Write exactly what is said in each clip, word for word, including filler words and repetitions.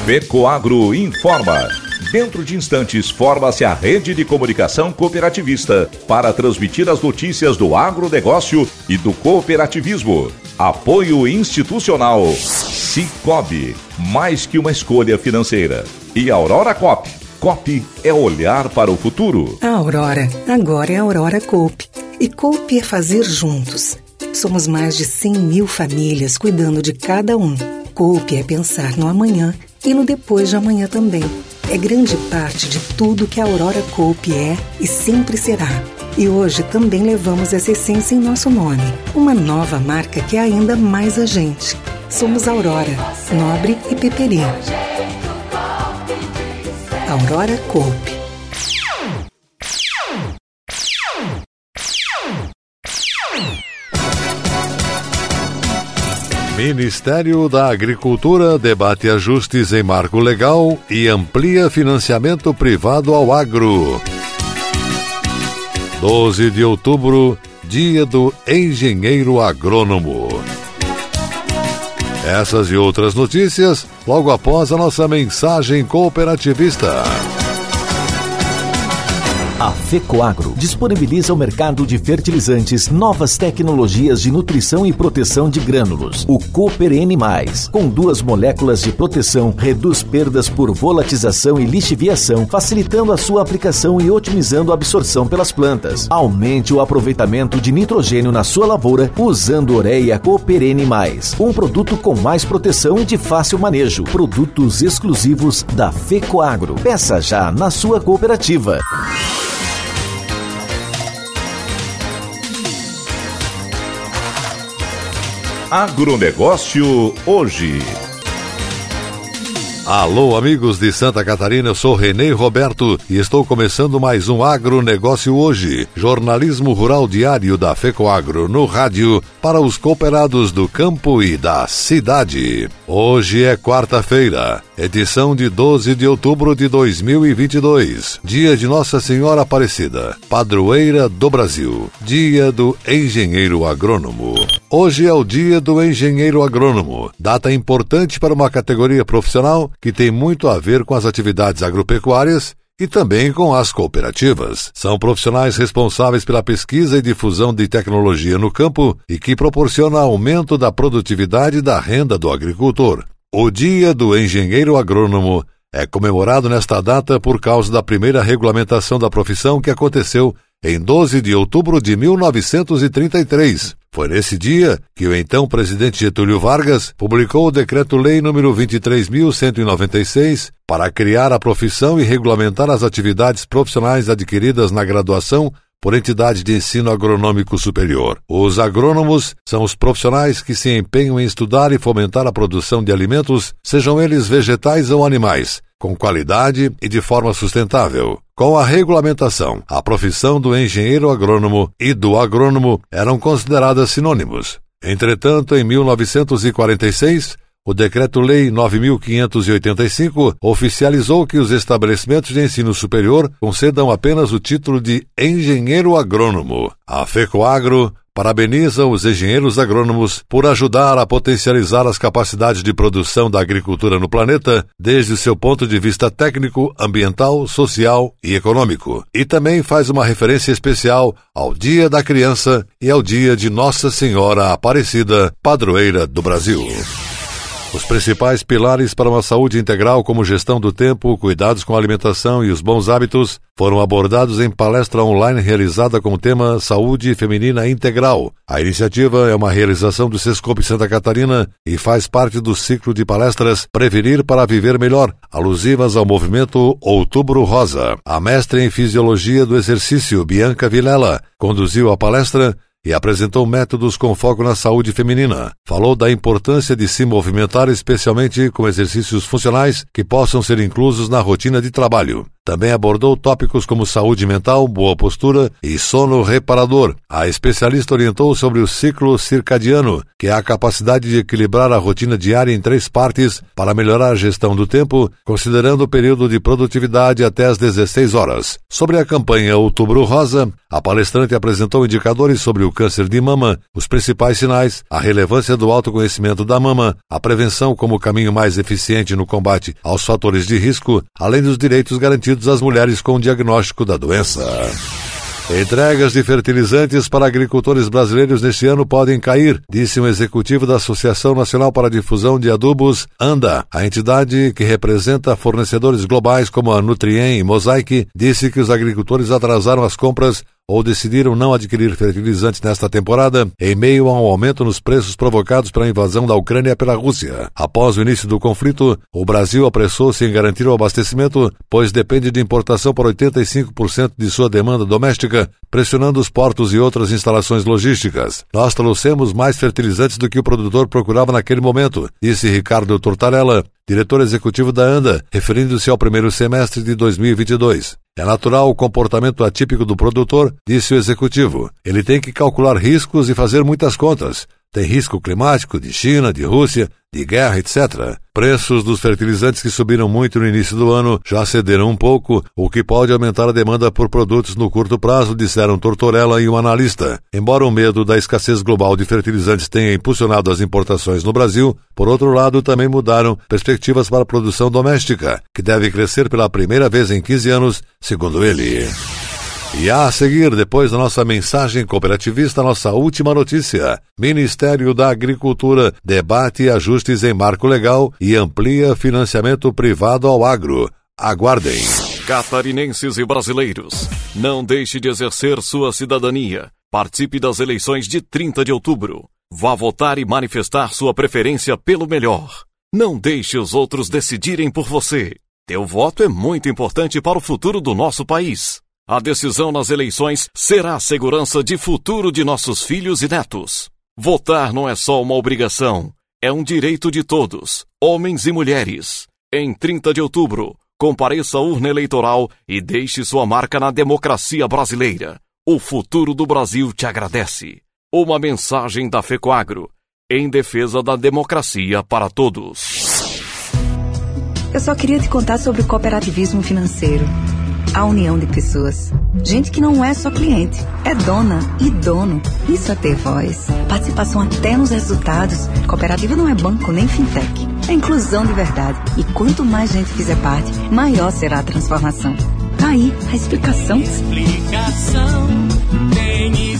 FECOAGRO informa. Dentro de instantes, forma-se a rede de comunicação cooperativista para transmitir as notícias do agronegócio e do cooperativismo. Apoio institucional. Cicobi, mais que uma escolha financeira. E Aurora Coop. Coop é olhar para o futuro. A Aurora, agora é a Aurora Coop. E Coop é fazer juntos. Somos mais de cem mil famílias cuidando de cada um. Coop é pensar no amanhã e no depois de amanhã também. É grande parte de tudo que a Aurora Coop é e sempre será. E hoje também levamos essa essência em nosso nome. Uma nova marca que é ainda mais a gente. Somos Aurora, Nobre e Peperi. Aurora Coop. Ministério da Agricultura debate ajustes em marco legal e amplia financiamento privado ao agro. doze de outubro, Dia do Engenheiro Agrônomo. Essas e outras notícias logo após a nossa mensagem cooperativista. A FECOAGRO disponibiliza ao mercado de fertilizantes novas tecnologias de nutrição e proteção de grânulos. O Cooper N mais, com duas moléculas de proteção, reduz perdas por volatização e lixiviação, facilitando a sua aplicação e otimizando a absorção pelas plantas. Aumente o aproveitamento de nitrogênio na sua lavoura usando Ureia Cooper N mais, um produto com mais proteção e de fácil manejo. Produtos exclusivos da FECOAGRO. Peça já na sua cooperativa. Agronegócio hoje. Alô, amigos de Santa Catarina, eu sou Renê Roberto e estou começando mais um Agronegócio hoje, jornalismo rural diário da FECOAGRO no rádio para os cooperados do campo e da cidade. Hoje é quarta-feira, edição de doze de outubro de dois mil e vinte e dois, dia de Nossa Senhora Aparecida, padroeira do Brasil, dia do engenheiro agrônomo. Hoje é o dia do engenheiro agrônomo, data importante para uma categoria profissional que tem muito a ver com as atividades agropecuárias e também com as cooperativas. São profissionais responsáveis pela pesquisa e difusão de tecnologia no campo e que proporciona aumento da produtividade e da renda do agricultor. O Dia do Engenheiro Agrônomo é comemorado nesta data por causa da primeira regulamentação da profissão que aconteceu em doze de outubro de mil novecentos e trinta e três. Foi nesse dia que o então presidente Getúlio Vargas publicou o Decreto-Lei número vinte e três mil cento e noventa e seis para criar a profissão e regulamentar as atividades profissionais adquiridas na graduação por entidade de ensino agronômico superior. Os agrônomos são os profissionais que se empenham em estudar e fomentar a produção de alimentos, sejam eles vegetais ou animais, com qualidade e de forma sustentável. Com a regulamentação, a profissão do engenheiro agrônomo e do agrônomo eram consideradas sinônimos. Entretanto, em mil novecentos e quarenta e seis, o Decreto-Lei nove mil quinhentos e oitenta e cinco oficializou que os estabelecimentos de ensino superior concedam apenas o título de engenheiro agrônomo. A FECOAGRO parabeniza os engenheiros agrônomos por ajudar a potencializar as capacidades de produção da agricultura no planeta, desde o seu ponto de vista técnico, ambiental, social e econômico. E também faz uma referência especial ao Dia da Criança e ao Dia de Nossa Senhora Aparecida, padroeira do Brasil. Os principais pilares para uma saúde integral, como gestão do tempo, cuidados com a alimentação e os bons hábitos, foram abordados em palestra online realizada com o tema Saúde Feminina Integral. A iniciativa é uma realização do Sescope Santa Catarina e faz parte do ciclo de palestras Prevenir para Viver Melhor, alusivas ao movimento Outubro Rosa. A mestre em Fisiologia do Exercício, Bianca Vilela, conduziu a palestra e apresentou métodos com foco na saúde feminina. Falou da importância de se movimentar, especialmente com exercícios funcionais que possam ser inclusos na rotina de trabalho. Também abordou tópicos como saúde mental, boa postura e sono reparador. A especialista orientou sobre o ciclo circadiano, que é a capacidade de equilibrar a rotina diária em três partes para melhorar a gestão do tempo, considerando o período de produtividade até às dezesseis horas. Sobre a campanha Outubro Rosa, a palestrante apresentou indicadores sobre o câncer de mama, os principais sinais, a relevância do autoconhecimento da mama, a prevenção como caminho mais eficiente no combate aos fatores de risco, além dos direitos garantidos às mulheres com o diagnóstico da doença. Entregas de fertilizantes para agricultores brasileiros neste ano podem cair, disse um executivo da Associação Nacional para a Difusão de Adubos, ANDA. A entidade, que representa fornecedores globais como a Nutrien e Mosaic, disse que os agricultores atrasaram as compras ou decidiram não adquirir fertilizantes nesta temporada, em meio a um aumento nos preços provocados pela invasão da Ucrânia pela Rússia. Após o início do conflito, o Brasil apressou-se em garantir o abastecimento, pois depende de importação para oitenta e cinco por cento de sua demanda doméstica, pressionando os portos e outras instalações logísticas. Nós trouxemos mais fertilizantes do que o produtor procurava naquele momento, disse Ricardo Tortarella, diretor executivo da ANDA, referindo-se ao primeiro semestre de dois mil e vinte e dois. É natural o comportamento atípico do produtor, disse o executivo. Ele tem que calcular riscos e fazer muitas contas. Tem risco climático de China, de Rússia, de guerra, etcétera. Preços dos fertilizantes que subiram muito no início do ano já cederam um pouco, o que pode aumentar a demanda por produtos no curto prazo, disseram Tortorella e um analista. Embora o medo da escassez global de fertilizantes tenha impulsionado as importações no Brasil, por outro lado também mudaram perspectivas para a produção doméstica, que deve crescer pela primeira vez em quinze anos, segundo ele. E a seguir, depois da nossa mensagem cooperativista, nossa última notícia. Ministério da Agricultura debate ajustes em marco legal e amplia financiamento privado ao agro. Aguardem. Catarinenses e brasileiros, não deixe de exercer sua cidadania. Participe das eleições de trinta de outubro. Vá votar e manifestar sua preferência pelo melhor. Não deixe os outros decidirem por você. Teu voto é muito importante para o futuro do nosso país. A decisão nas eleições será a segurança de futuro de nossos filhos e netos. Votar não é só uma obrigação, é um direito de todos, homens e mulheres. Em trinta de outubro, compareça à urna eleitoral e deixe sua marca na democracia brasileira. O futuro do Brasil te agradece. Uma mensagem da FECOAGRO, em defesa da democracia para todos. Eu só queria te contar sobre o cooperativismo financeiro. A união de pessoas. Gente que não é só cliente, é dona e dono. Isso é ter voz. Participação até nos resultados. Cooperativa não é banco nem fintech. É inclusão de verdade. E quanto mais gente fizer parte, maior será a transformação. Tá aí a explicação. Explicação, tem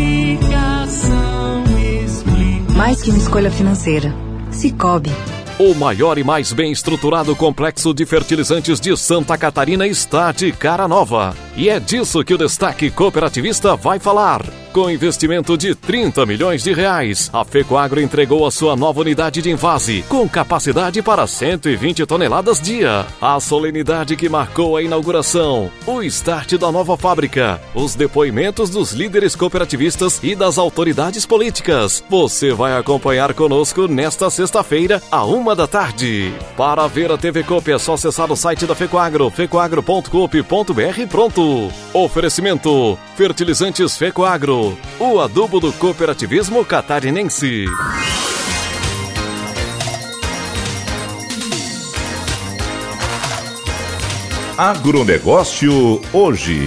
explicação, explicação. Mais que uma escolha financeira. Cicobi. O maior e mais bem estruturado complexo de fertilizantes de Santa Catarina está de cara nova. E é disso que o Destaque Cooperativista vai falar. Com investimento de trinta milhões de reais, a FECOAGRO entregou a sua nova unidade de invase, com capacidade para cento e vinte toneladas dia. A solenidade que marcou a inauguração, o start da nova fábrica, os depoimentos dos líderes cooperativistas e das autoridades políticas. Você vai acompanhar conosco nesta sexta-feira, à uma da tarde. Para ver a T V Coop é só acessar o site da FECOAGRO, fecoagro ponto coop ponto br e pronto. Oferecimento: Fertilizantes FECOAGRO, o adubo do cooperativismo catarinense. Agronegócio hoje.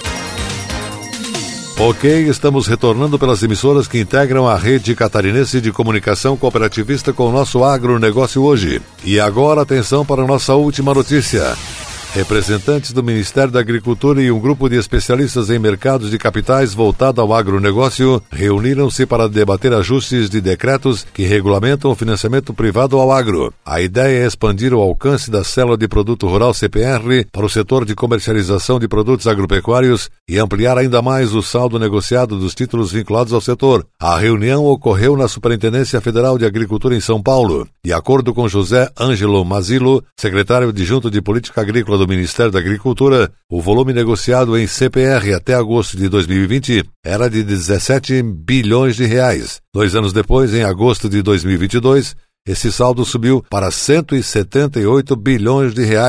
Ok, estamos retornando pelas emissoras que integram a rede catarinense de comunicação cooperativista com o nosso agronegócio hoje. E agora, atenção para a nossa última notícia. Representantes do Ministério da Agricultura e um grupo de especialistas em mercados de capitais voltado ao agronegócio reuniram-se para debater ajustes de decretos que regulamentam o financiamento privado ao agro. A ideia é expandir o alcance da Célula de Produto Rural C P R para o setor de comercialização de produtos agropecuários e ampliar ainda mais o saldo negociado dos títulos vinculados ao setor. A reunião ocorreu na Superintendência Federal de Agricultura em São Paulo. De acordo com José Ângelo Mazilo, secretário adjunto de Política Agrícola do Ministério da Agricultura, o volume negociado em C P R até agosto de dois mil e vinte era de dezessete bilhões de reais. Dois anos depois, em agosto de dois mil e vinte e dois, esse saldo subiu para cento e setenta e oito bilhões de reais,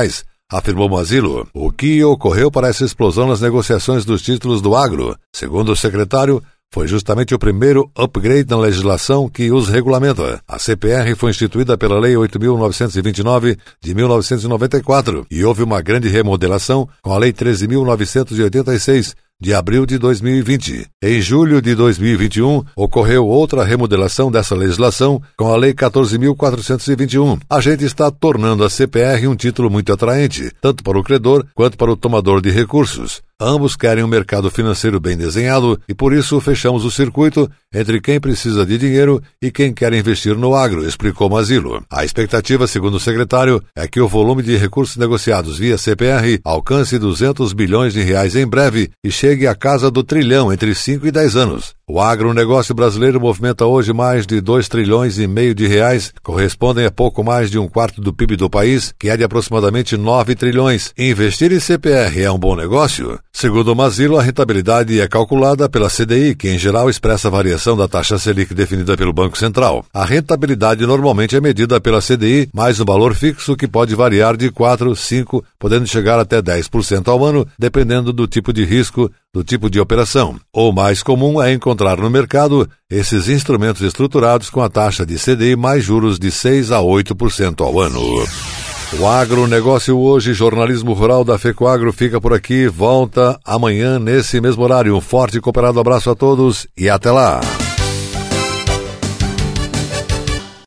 afirmou Mazilo. O que ocorreu para essa explosão nas negociações dos títulos do agro? Segundo o secretário, foi justamente o primeiro upgrade na legislação que os regulamenta. A C P R foi instituída pela Lei oito mil novecentos e vinte e nove de mil novecentos e noventa e quatro e houve uma grande remodelação com a Lei treze mil novecentos e oitenta e seis, de abril de dois mil e vinte. Em julho de dois mil e vinte e um, ocorreu outra remodelação dessa legislação com a Lei quatorze mil quatrocentos e vinte e um. A gente está tornando a C P R um título muito atraente, tanto para o credor quanto para o tomador de recursos. Ambos querem um mercado financeiro bem desenhado e por isso fechamos o circuito entre quem precisa de dinheiro e quem quer investir no agro, explicou Mazilo. A expectativa, segundo o secretário, é que o volume de recursos negociados via C P R alcance duzentos bilhões de reais em breve e chegue à casa do trilhão entre cinco e dez anos. O agronegócio brasileiro movimenta hoje mais de dois trilhões e meio de reais, correspondem a pouco mais de um quarto do P I B do país, que é de aproximadamente nove trilhões. Investir em C P R é um bom negócio? Segundo o Mazilo, a rentabilidade é calculada pela C D I, que em geral expressa a variação da taxa Selic definida pelo Banco Central. A rentabilidade normalmente é medida pela C D I, mais um valor fixo que pode variar de quatro, cinco, podendo chegar até dez por cento ao ano, dependendo do tipo de risco, do tipo de operação. O mais comum é encontrar no mercado esses instrumentos estruturados com a taxa de C D I mais juros de seis a oito por cento ao ano. O agronegócio hoje, jornalismo rural da FECOAGRO fica por aqui, volta amanhã nesse mesmo horário. Um forte e cooperado abraço a todos e até lá!